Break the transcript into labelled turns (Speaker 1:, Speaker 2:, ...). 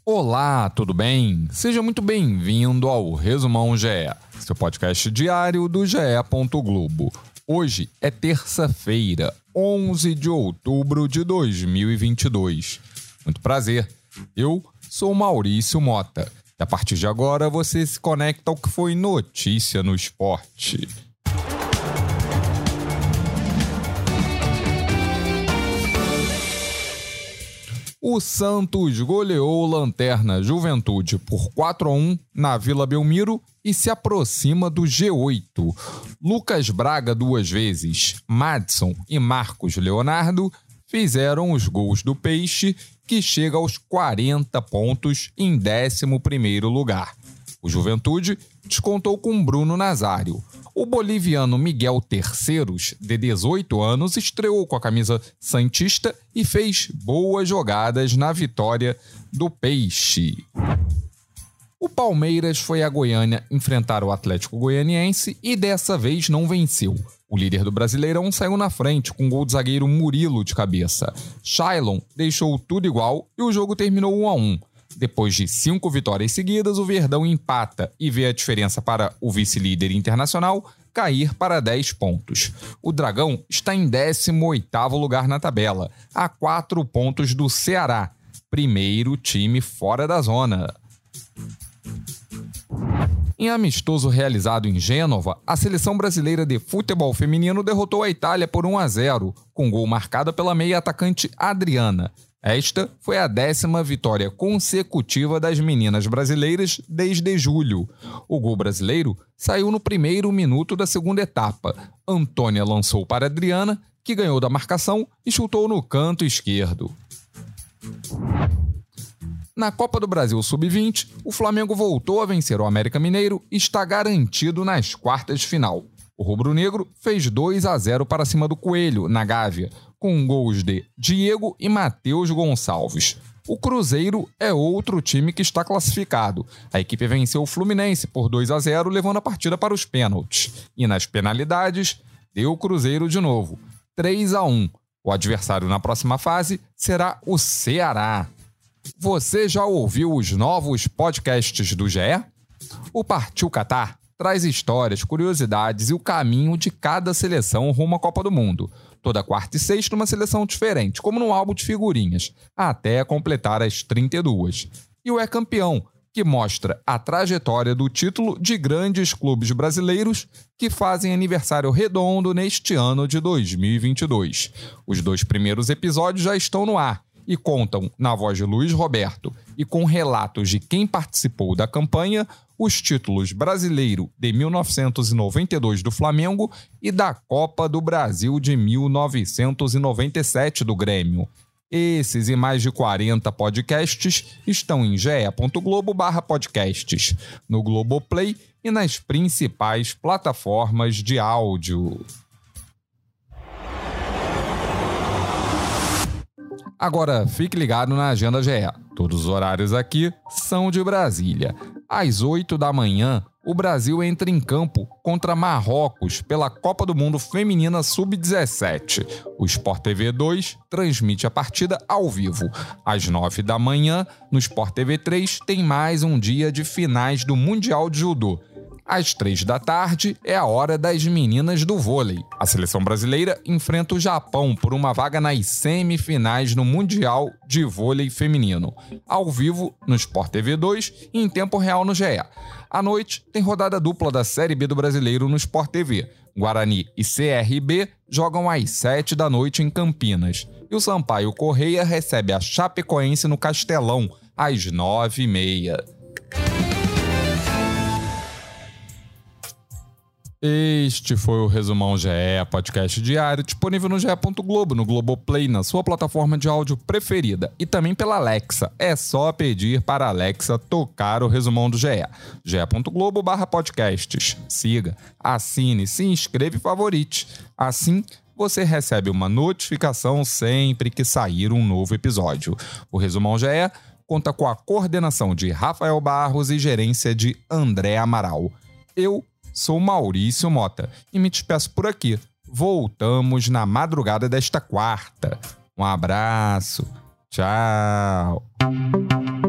Speaker 1: Olá, tudo bem? Seja muito bem-vindo ao Resumão GE, seu podcast diário do GE. Globo. Hoje é terça-feira, 11 de outubro de 2022. Muito prazer, eu sou Maurício Mota e a partir de agora você se conecta ao que foi notícia no esporte. O Santos goleou o Lanterna Juventude por 4-1 na Vila Belmiro e se aproxima do G8. Lucas Braga 2 vezes, Madison e Marcos Leonardo fizeram os gols do Peixe, que chega aos 40 pontos em 11º lugar. O Juventude descontou com Bruno Nazário. O boliviano Miguel Terceiros, de 18 anos, estreou com a camisa santista e fez boas jogadas na vitória do Peixe. O Palmeiras foi a Goiânia enfrentar o Atlético Goianiense e dessa vez não venceu. O líder do Brasileirão saiu na frente com o gol do zagueiro Murilo de cabeça. Shailon deixou tudo igual e o jogo terminou 1-1. Depois de 5 vitórias seguidas, o Verdão empata e vê a diferença para o vice-líder internacional cair para 10 pontos. O Dragão está em 18º lugar na tabela, a 4 pontos do Ceará, primeiro time fora da zona. Em amistoso realizado em Gênova, a seleção brasileira de futebol feminino derrotou a Itália por 1-0, com gol marcado pela meia-atacante Adriana. Esta foi a 10ª vitória consecutiva das meninas brasileiras desde julho. O gol brasileiro saiu no primeiro minuto da segunda etapa. Antônia lançou para Adriana, que ganhou da marcação e chutou no canto esquerdo. Na Copa do Brasil Sub-20, o Flamengo voltou a vencer o América Mineiro e está garantido nas quartas de final. O rubro-negro fez 2-0 para cima do Coelho, na Gávea, com gols de Diego e Matheus Gonçalves. O Cruzeiro é outro time que está classificado. A equipe venceu o Fluminense por 2-0, levando a partida para os pênaltis. E nas penalidades, deu o Cruzeiro de novo, 3-1. O adversário na próxima fase será o Ceará. Você já ouviu os novos podcasts do GE? O Partiu Catar traz histórias, curiosidades e o caminho de cada seleção rumo à Copa do Mundo. Toda quarta e sexta uma seleção diferente, como num álbum de figurinhas, até completar as 32. E o É Campeão, que mostra a trajetória do título de grandes clubes brasileiros que fazem aniversário redondo neste ano de 2022. Os 2 primeiros episódios já estão no ar e contam, na voz de Luiz Roberto e com relatos de quem participou da campanha, os títulos Brasileiro de 1992 do Flamengo e da Copa do Brasil de 1997 do Grêmio. Esses e mais de 40 podcasts estão em ge.globo/podcasts, no Globoplay e nas principais plataformas de áudio. Agora, fique ligado na Agenda GE. Todos os horários aqui são de Brasília. Às 8 da manhã, o Brasil entra em campo contra Marrocos pela Copa do Mundo Feminina Sub-17. O Sport TV 2 transmite a partida ao vivo. Às 9 da manhã, no Sport TV 3, tem mais um dia de finais do Mundial de Judô. Às 3 da tarde é a hora das meninas do vôlei. A seleção brasileira enfrenta o Japão por uma vaga nas semifinais no Mundial de Vôlei Feminino. Ao vivo no Sport TV 2 e em tempo real no GE. À noite tem rodada dupla da Série B do Brasileiro no Sport TV. Guarani e CRB jogam às 7 da noite em Campinas. E o Sampaio Corrêa recebe a Chapecoense no Castelão às 9h30. Este foi o Resumão GE, podcast diário, disponível no ge.globo, no Globoplay, na sua plataforma de áudio preferida e também pela Alexa. É só pedir para a Alexa tocar o Resumão do GE. ge.globo/podcasts. Siga, assine, se inscreva e favorite. Assim, você recebe uma notificação sempre que sair um novo episódio. O Resumão GE conta com a coordenação de Rafael Barros e gerência de André Amaral. Eu sou Maurício Mota e me despeço por aqui. Voltamos na madrugada desta quarta. Um abraço. Tchau.